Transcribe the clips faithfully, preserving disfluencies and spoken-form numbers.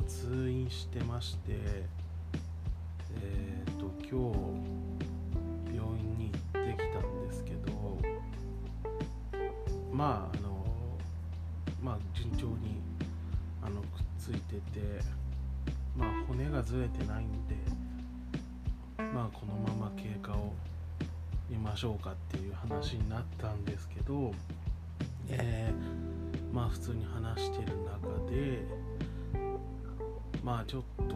通院してまして、えーと今日病院に行ってきたんですけど、まああのまあ順調にあのくっついてて、まあ骨がずれてないんで、まあこのまま経過を見ましょうかっていう話になったんですけど、えー、まあ普通に話してる中で、まあちょっと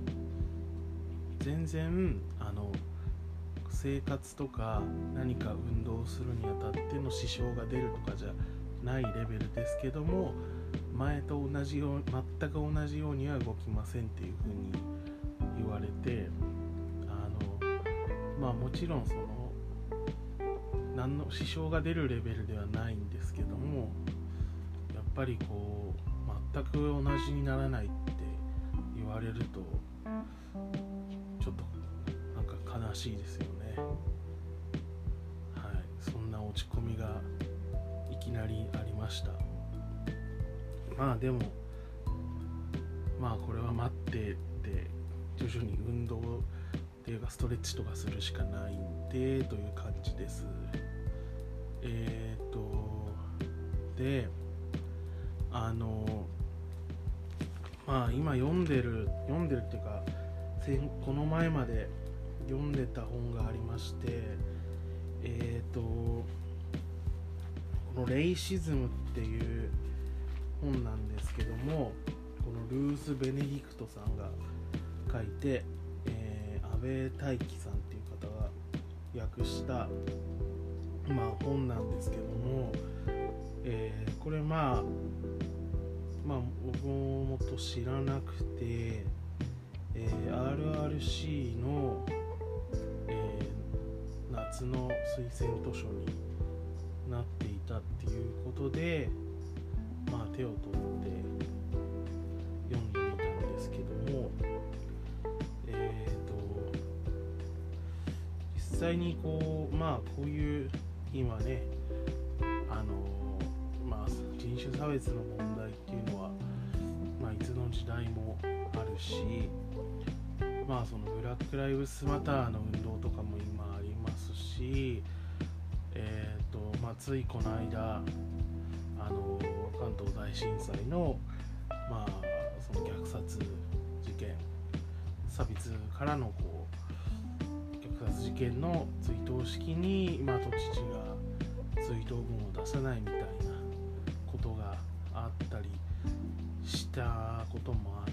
全然あの生活とか何か運動するにあたっての支障が出るとかじゃないレベルですけども、前と同じよう全く同じようには動きませんっていうふうに言われて、あのまあもちろんその何の支障が出るレベルではないんですけども、やっぱりこう全く同じにならないって言われるとちょっとなんか悲しいですよね。はい、そんな落ち込みがいきなりありました。まあでもまあこれは待ってって徐々に運動っていうかストレッチとかするしかないんでという感じです。えーとであのまあ今読んでる読んでるっていうかこの前まで読んでた本がありまして、えーとこのレイシズムっていう本なんですけども、このルース・ベネディクトさんが書いて、えー、安倍大樹さんっていう方が訳したまあ本なんですけども、えー、これまあまあ僕ももっと知らなくて、えー、アールアールシー の、えー、夏の推薦図書になっていたっていうことで、まあ手を取って読んでみたんですけども、えーと実際にこうまあこういう今ねあのまあ人種差別の問題っていうのは、まあ、いつの時代もあるし、まあそのブラックライブスマターの運動とかも今ありますし、えーとまあついこの間あの関東大震災のまあその虐殺事件、差別からのこう虐殺事件の追悼式に、まあ、都知事が追悼文を出さないみたいなことがあったりしたこともあって、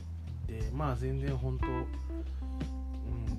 まあ全然本当、うん、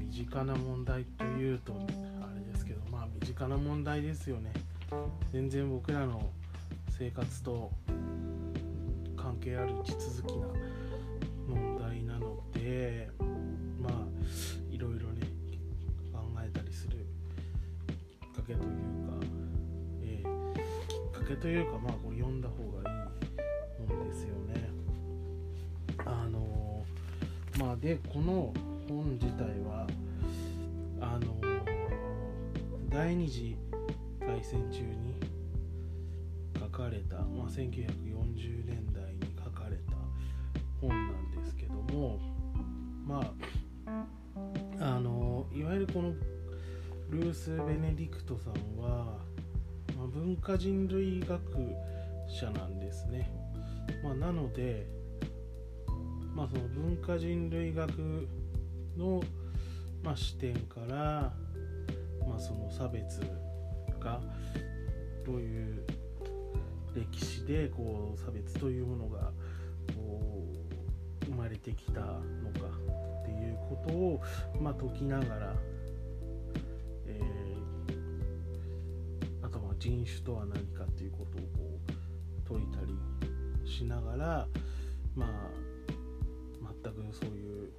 身近な問題というとあれですけど、まあ身近な問題ですよね。全然僕らの生活と関係ある地続きな問題なので、まあいろいろね考えたりするきっかけというか、えー、きっかけというかまあこれ読んだ方がいいもんですよね。あのー、まあでこの本自体はあのー、第二次大戦中に書かれた、まあ、せんきゅうひゃくよんじゅうねんだいに書かれた本なんですけども、まああのいわゆるこのルース・ベネディクトさんは、まあ、文化人類学者なんですね。まあ、なので、まあ、その文化人類学の、まあ、視点から、まあ、その差別がどういう歴史でこう差別というものがこう生まれてきたのかっていうことを、まあ、解きながら、えー、あとは人種とは何かっていうことをこう解いたりしながら、まあ全くそういう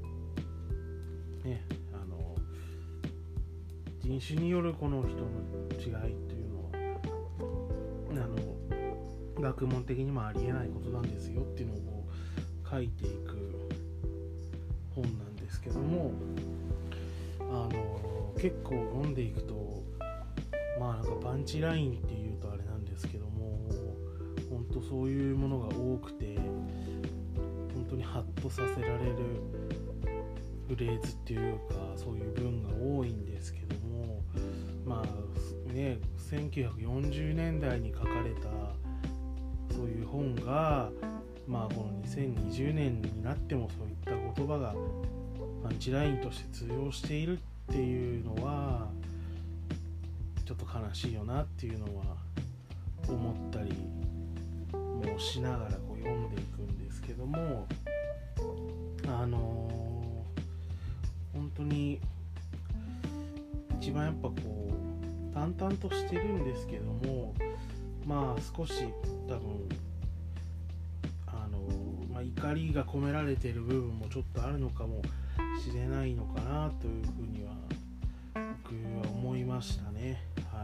ねあの人種によるこの人の違いというのはあの学問的にもありえないことなんですよっていうのを書いていく本なんですけども、あの結構読んでいくとまあなんかパンチラインっていうとあれなんですけども、本当そういうものが多くて本当にハッとさせられるフレーズっていうかそういう文が多いんですけども、まあねせんきゅうひゃくよんじゅうねんだいに書かれたそういう本がまあこのにせんにじゅうねんになってもそういった言葉がパンチラインとして通用しているっていうのはちょっと悲しいよなっていうのは思ったりもしながらこう読んでいくんですけども、あのー、本当に一番やっぱこう淡々としてるんですけども、まあ少し多分あのー、まあ、怒りが込められている部分もちょっとあるのかもしれないのかなというふうには僕は思いましたね。はい。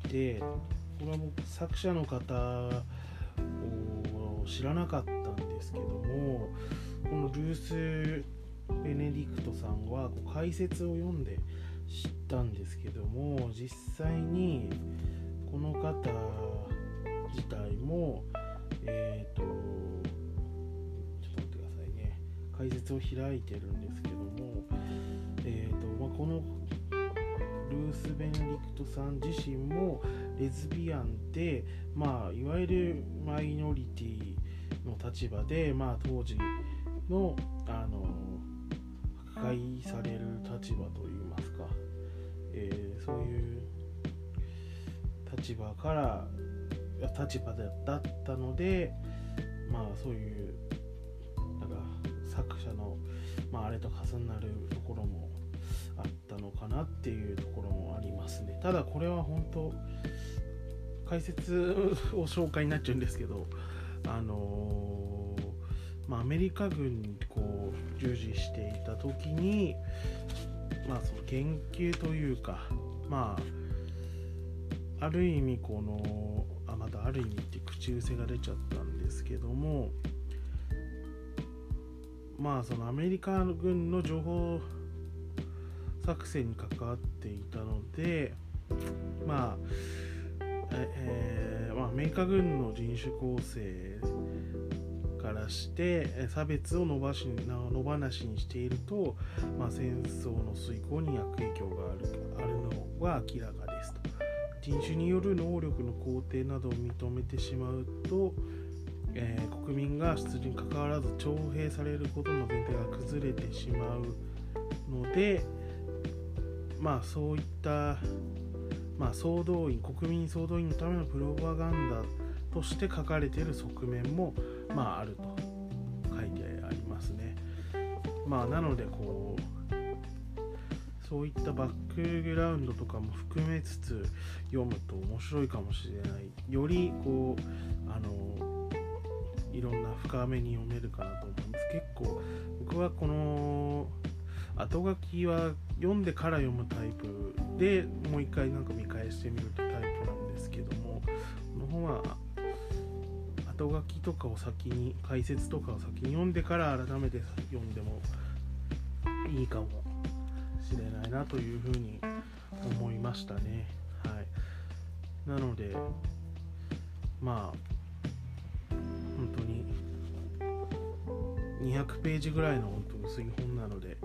で、これは僕作者の方を知らなかったんですけども、このルース・ベネディクトさんはこう解説を読んで知ったんですけども、実際にこの方自体もえっとちょっと待ってくださいね、解説を開いてるんですけども、えっとまあこのルース・ベネディクトさん自身もレズビアンで、まあ、いわゆるマイノリティの立場で、まあ、当時の、あの迫害される立場といいますか、えー、そういう立場から立場だったので、まあそういうなんか作者の、まあ、あれと重なるところもあったのかなっていうところもありますね。ただこれは本当解説を紹介になっちゃうんですけど、あのー、まあアメリカ軍にこう従事していた時に、まあその研究というか、まあある意味このあまたある意味って口癖が出ちゃったんですけども、まあそのアメリカ軍の情報作戦に関わっていたので、まあ、えーまあ、アメリカ軍の人種構成からして差別を野ばし野放しにしていると、まあ、戦争の遂行に悪影響があるあるのは明らかですと。人種による能力の肯定などを認めてしまうと、えー、国民が出自に関わらず徴兵されることの前提が崩れてしまうので、まあそういった、まあ、総動員国民総動員のためのプロパガンダとして書かれている側面も、まあ、あると書いてありますね。まあなのでこうそういったバックグラウンドとかも含めつつ読むと面白いかもしれない、よりこうあのいろんな深めに読めるかなと思います。結構僕はこの後書きは読んでから読むタイプで、もう一回なんか見返してみるタイプなんですけども、この本は後書きとかを先に解説とかを先に読んでから改めて読んでもいいかもしれないなというふうに思いましたね。はい。なのでまあ本当ににひゃくページぐらいの本当薄い本なので、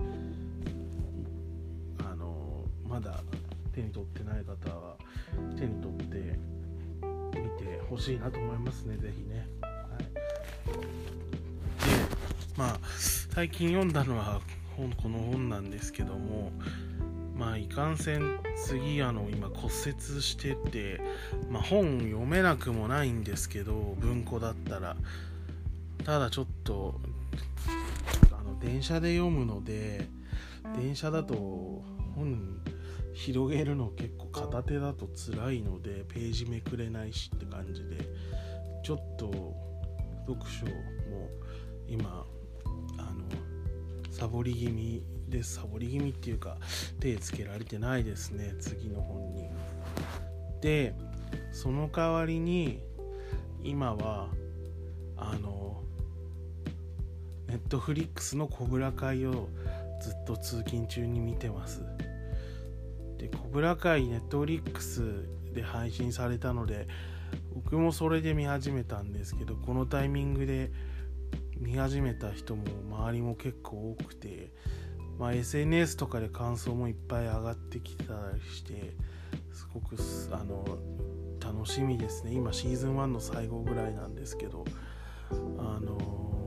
あのまだ手に取ってない方は手に取ってみてほしいなと思いますね。ぜひね。はい、で、まあ最近読んだのは本この本なんですけども、まあいかんせん次あの今骨折してて、まあ本読めなくもないんですけど、文庫だったらただちょっとあの電車で読むので、電車だと本広げるの結構片手だと辛いのでページめくれないしって感じで、ちょっと読書も今あのサボり気味です。サボり気味っていうか手つけられてないですね、次の本に。でその代わりに今はあのネットフリックスのコブラ会をずっと通勤中に見てます。でコブラ会ネットフリックスで配信されたので僕もそれで見始めたんですけど、このタイミングで見始めた人も周りも結構多くて、まあ、エスエヌエス とかで感想もいっぱい上がってきたりしてすごくあの楽しみですね。今シーズンワンの最後ぐらいなんですけど、あの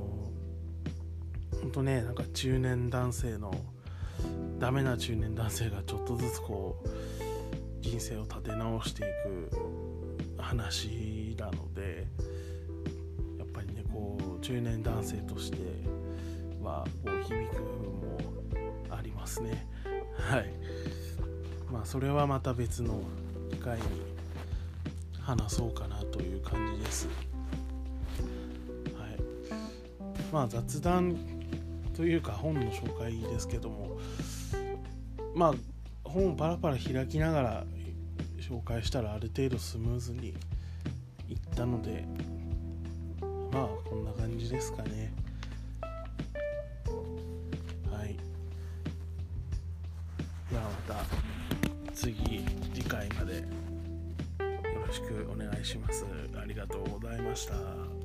ほんとね、なんか中年男性のダメな中年男性がちょっとずつこう人生を立て直していく話なので、やっぱりねこう中年男性としてはこう響く部分もありますね。はい。まあそれはまた別の機会に話そうかなという感じです。はい。まあ雑談というか本の紹介ですけども、まあ本をパラパラ開きながら紹介したらある程度スムーズにいったので、まあこんな感じですかね。はい。ではまた次次回までよろしくお願いします。ありがとうございました。